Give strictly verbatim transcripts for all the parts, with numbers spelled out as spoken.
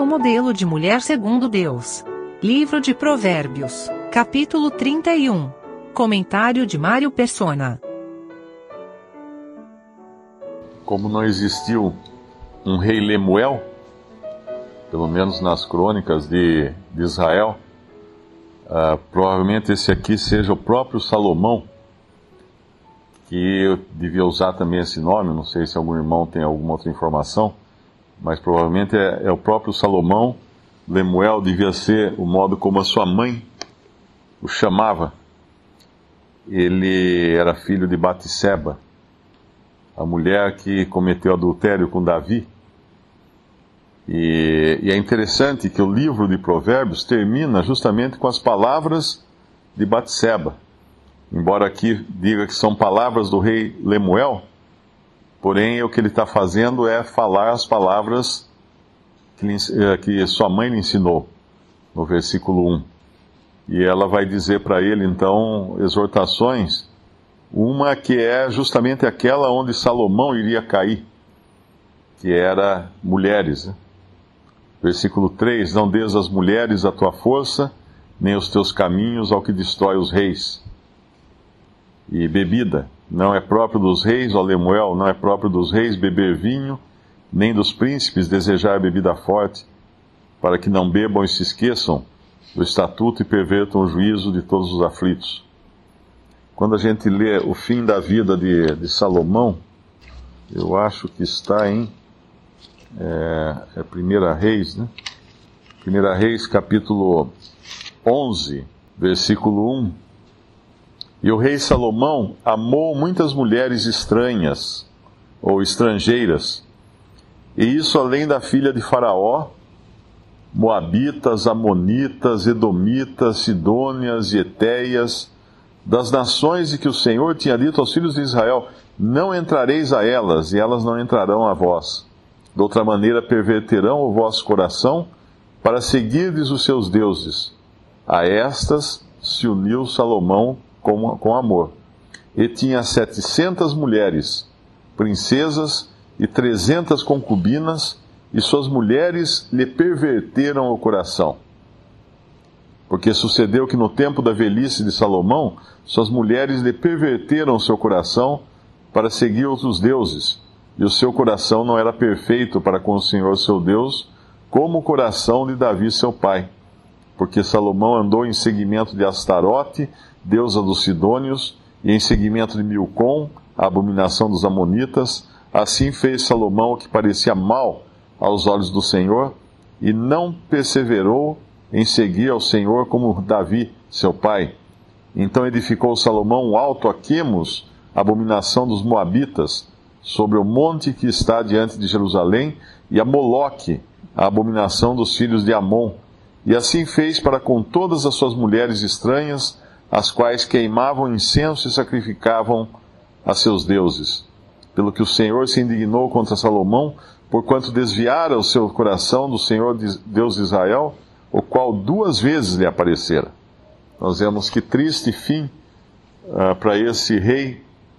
o modelo de mulher segundo Deus. Livro de Provérbios, capítulo trinta e um. Comentário de Mário Persona. Como não existiu um rei Lemuel, pelo menos nas crônicas de, de Israel, uh, provavelmente esse aqui seja o próprio Salomão, que eu devia usar também esse nome, não sei se algum irmão tem alguma outra informação, mas provavelmente é, é o próprio Salomão. Lemuel devia ser o modo como a sua mãe o chamava. Ele era filho de Batseba, a mulher que cometeu adultério com Davi. E, e é interessante que o livro de Provérbios termina justamente com as palavras de Batseba. Embora aqui diga que são palavras do rei Lemuel, porém o que ele está fazendo é falar as palavras que, lhe, que sua mãe lhe ensinou, no versículo um. E ela vai dizer para ele, então, exortações, uma que é justamente aquela onde Salomão iria cair, que era mulheres. Né? Versículo três, não dês às mulheres a tua força, nem os teus caminhos ao que destrói os reis. E bebida, não é próprio dos reis, ó Lemuel, não é próprio dos reis beber vinho, nem dos príncipes desejar bebida forte, para que não bebam e se esqueçam do estatuto e pervertam o juízo de todos os aflitos. Quando a gente lê o fim da vida de, de Salomão, eu acho que está em é, é Primeira Reis, né? Primeira Reis, capítulo onze, versículo um. E o rei Salomão amou muitas mulheres estranhas, ou estrangeiras, e isso além da filha de Faraó, Moabitas, Amonitas, Edomitas, Sidônias e Etéias, das nações de que o Senhor tinha dito aos filhos de Israel, não entrareis a elas, e elas não entrarão a vós. De outra maneira perverterão o vosso coração, para seguirdes os seus deuses. A estas se uniu Salomão com, com amor. E tinha setecentas mulheres, princesas e trezentas concubinas, e suas mulheres lhe perverteram o coração. Porque sucedeu que no tempo da velhice de Salomão, suas mulheres lhe perverteram o seu coração para seguir outros deuses, e o seu coração não era perfeito para com o Senhor seu Deus, como o coração de Davi seu pai. Porque Salomão andou em seguimento de Astarote, deusa dos Sidônios, e em seguimento de Milcom, a abominação dos Amonitas. Assim fez Salomão o que parecia mal aos olhos do Senhor, e não perseverou em seguir ao Senhor como Davi, seu pai. Então edificou Salomão um alto a Quemos, abominação dos Moabitas, sobre o monte que está diante de Jerusalém, e a Moloque, a abominação dos filhos de Amon. E assim fez para com todas as suas mulheres estranhas, as quais queimavam incenso e sacrificavam a seus deuses. Pelo que o Senhor se indignou contra Salomão, porquanto desviara o seu coração do Senhor Deus de Israel, o qual duas vezes lhe aparecera. Nós vemos que triste fim uh, para esse rei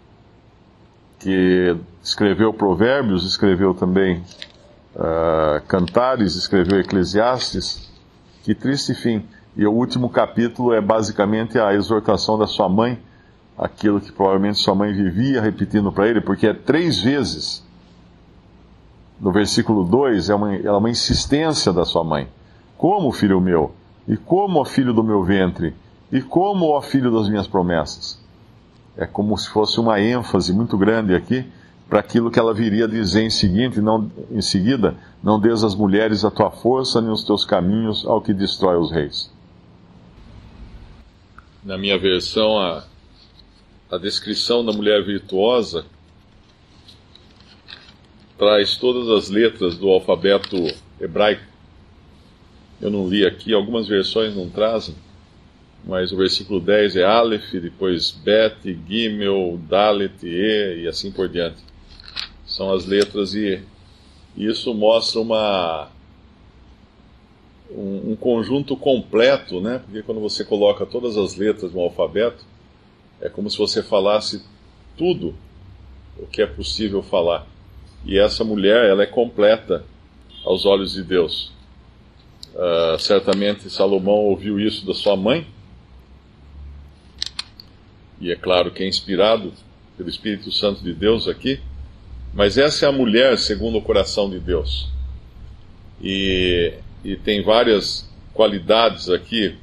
que escreveu Provérbios, escreveu também uh, Cantares, escreveu Eclesiastes. Que triste fim. E o último capítulo é basicamente a exortação da sua mãe, aquilo que provavelmente sua mãe vivia repetindo para ele, porque é três vezes. No versículo dois, é uma, é uma insistência da sua mãe. Como, filho meu? E como, ó filho do meu ventre? E como, ó filho das minhas promessas? É como se fosse uma ênfase muito grande aqui para aquilo que ela viria dizer em, seguinte, não, em seguida, não dês às mulheres a tua força, nem os teus caminhos ao que destrói os reis. Na minha versão, a, a descrição da mulher virtuosa traz todas as letras do alfabeto hebraico. Eu não li aqui, algumas versões não trazem, mas o versículo dez é Aleph, depois Bet, Gimel, Dalet, E e assim por diante. São as letras e isso mostra uma, um, um conjunto completo, né? Porque quando você coloca todas as letras no alfabeto, é como se você falasse tudo o que é possível falar. E essa mulher, ela é completa aos olhos de Deus. Uh, certamente Salomão ouviu isso da sua mãe, e é claro que é inspirado pelo Espírito Santo de Deus aqui, mas essa é a mulher segundo o coração de Deus. E, e tem várias qualidades aqui.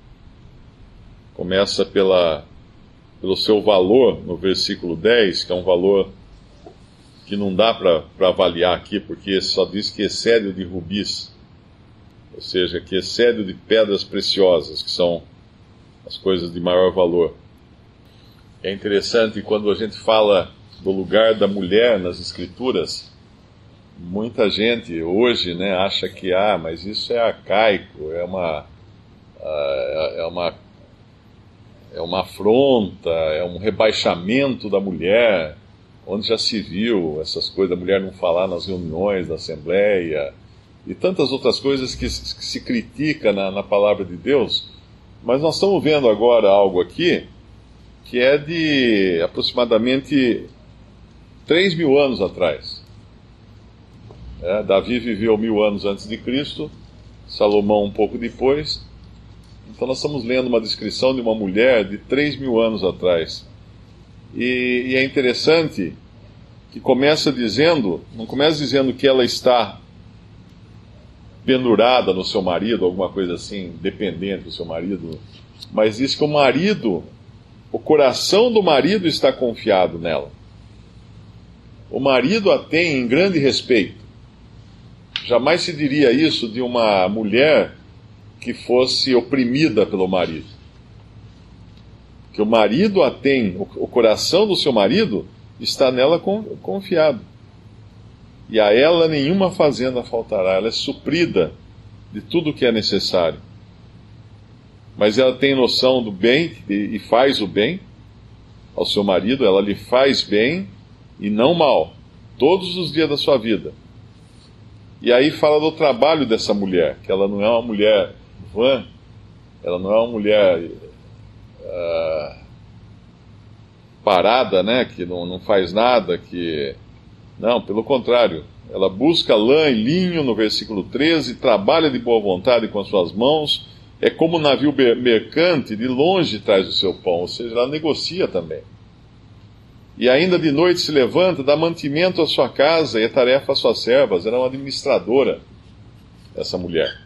Começa pela, pelo seu valor, no versículo dez, que é um valor que não dá para avaliar aqui, porque só diz que excede o de rubis, ou seja, que excede o de pedras preciosas, que são as coisas de maior valor. É interessante quando a gente fala do lugar da mulher nas Escrituras, muita gente hoje, né, acha que, ah, mas isso é arcaico, é uma, é uma, é uma afronta, é um rebaixamento da mulher, onde já se viu essas coisas, da mulher não falar nas reuniões da Assembleia, e tantas outras coisas que, que se critica na, na palavra de Deus. Mas nós estamos vendo agora algo aqui que é de aproximadamente três mil anos atrás. É, Davi viveu mil anos antes de Cristo, Salomão um pouco depois. Então nós estamos lendo uma descrição de uma mulher de três mil anos atrás. E, e é interessante que começa dizendo, não começa dizendo que ela está pendurada no seu marido, alguma coisa assim, dependente do seu marido, mas diz que o marido, o coração do marido está confiado nela. O marido a tem em grande respeito. Jamais se diria isso de uma mulher que fosse oprimida pelo marido. Que o marido a tem, o coração do seu marido está nela confiado. E a ela nenhuma fazenda faltará, ela é suprida de tudo o que é necessário. Mas ela tem noção do bem e faz o bem ao seu marido, ela lhe faz bem e não mal, todos os dias da sua vida. E aí fala do trabalho dessa mulher, que ela não é uma mulher vã, ela não é uma mulher uh, parada, né, que não, não faz nada, que... Não, pelo contrário, ela busca lã e linho, no versículo treze, trabalha de boa vontade com as suas mãos, é como um navio mercante, de longe traz o seu pão, ou seja, ela negocia também. E ainda de noite se levanta, dá mantimento à sua casa e é tarefa às suas servas. Ela é uma administradora, essa mulher.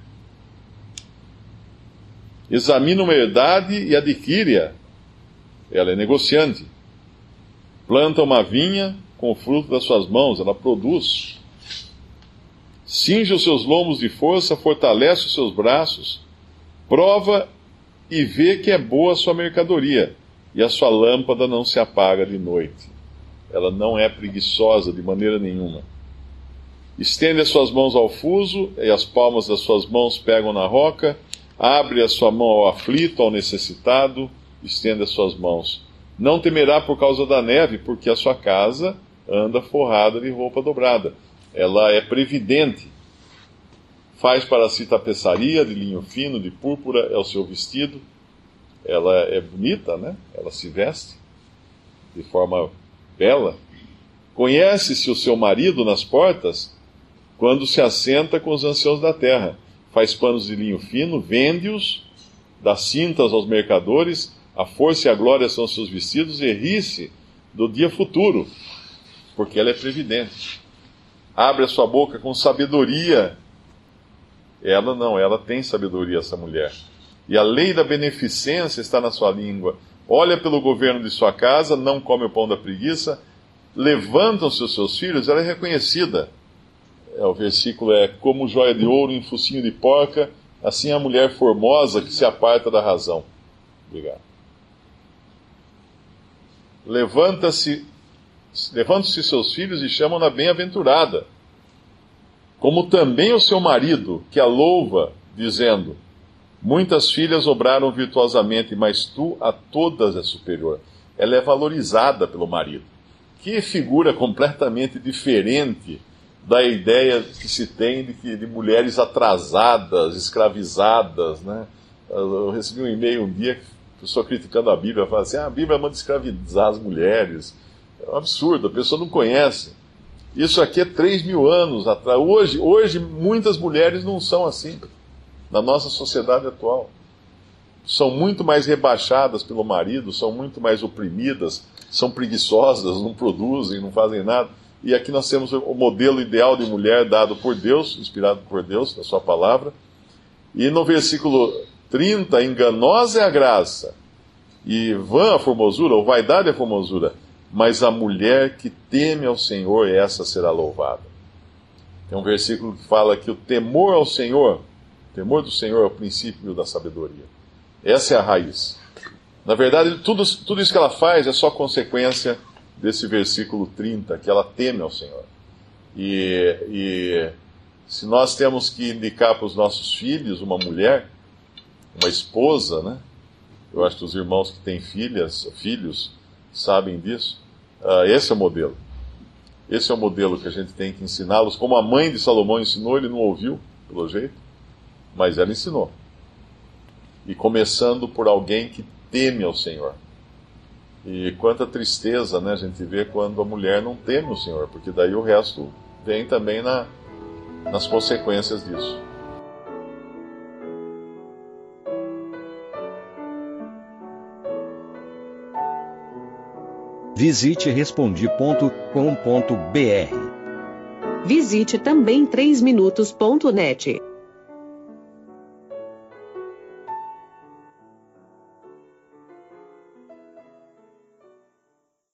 Examina uma herdade e adquire-a. Ela é negociante. Planta uma vinha com o fruto das suas mãos, ela produz. Cinge os seus lombos de força, fortalece os seus braços, prova e vê que é boa a sua mercadoria, e a sua lâmpada não se apaga de noite. Ela não é preguiçosa de maneira nenhuma. Estende as suas mãos ao fuso, e as palmas das suas mãos pegam na roca, abre a sua mão ao aflito, ao necessitado, estende as suas mãos. Não temerá por causa da neve, porque a sua casa anda forrada de roupa dobrada. Ela é previdente. Faz para si tapeçaria de linho fino, de púrpura, é o seu vestido. Ela é bonita, né? Ela se veste de forma bela. Conhece-se o seu marido nas portas, quando se assenta com os anciãos da terra. Faz panos de linho fino, vende-os, dá cintas aos mercadores, a força e a glória são seus vestidos, e ri-se do dia futuro, porque ela é previdente. Abre a sua boca com sabedoria. Ela não, ela tem sabedoria, essa mulher. E a lei da beneficência está na sua língua. Olha pelo governo de sua casa, não come o pão da preguiça. Levantam-se os seus filhos, ela é reconhecida. É, o versículo é: como joia de ouro em focinho de porca, assim a mulher formosa que se aparta da razão. Obrigado. Levanta-se, levantam-se seus filhos e chamam-na bem-aventurada, como também o seu marido, que a louva, dizendo: muitas filhas obraram virtuosamente, mas tu a todas és superior. Ela é valorizada pelo marido. Que figura completamente diferente da ideia que se tem de, que, de mulheres atrasadas, escravizadas, né? Eu recebi um e-mail um dia, pessoa criticando a Bíblia, falando assim: ah, a Bíblia manda escravizar as mulheres. É um absurdo, a pessoa não conhece. Isso aqui é três mil anos atrás. Hoje, hoje, muitas mulheres não são assim. na nossa sociedade atual. São muito mais rebaixadas pelo marido, são muito mais oprimidas, são preguiçosas, não produzem, não fazem nada. E aqui nós temos o modelo ideal de mulher dado por Deus, inspirado por Deus, na sua palavra. E no versículo trinta, enganosa é a graça, e vã a formosura, ou vaidade é a formosura, mas a mulher que teme ao Senhor, essa será louvada. Tem um versículo que fala que o temor ao Senhor, o temor do Senhor é o princípio da sabedoria. Essa é a raiz. Na verdade, tudo, tudo isso que ela faz é só consequência desse versículo trinta, que ela teme ao Senhor. E, e se nós temos que indicar para os nossos filhos uma mulher, uma esposa, né? Eu acho que os irmãos que têm filhas, filhos, sabem disso. Uh, esse é o modelo. Esse é o modelo que a gente tem que ensiná-los. Como a mãe de Salomão ensinou, ele não ouviu, pelo jeito, mas ela ensinou. E começando por alguém que teme ao Senhor. E quanta tristeza, né, a gente vê quando a mulher não teme o Senhor, porque daí o resto vem também na, nas consequências disso. Visite respondi ponto com ponto br. Visite também três minutos ponto net.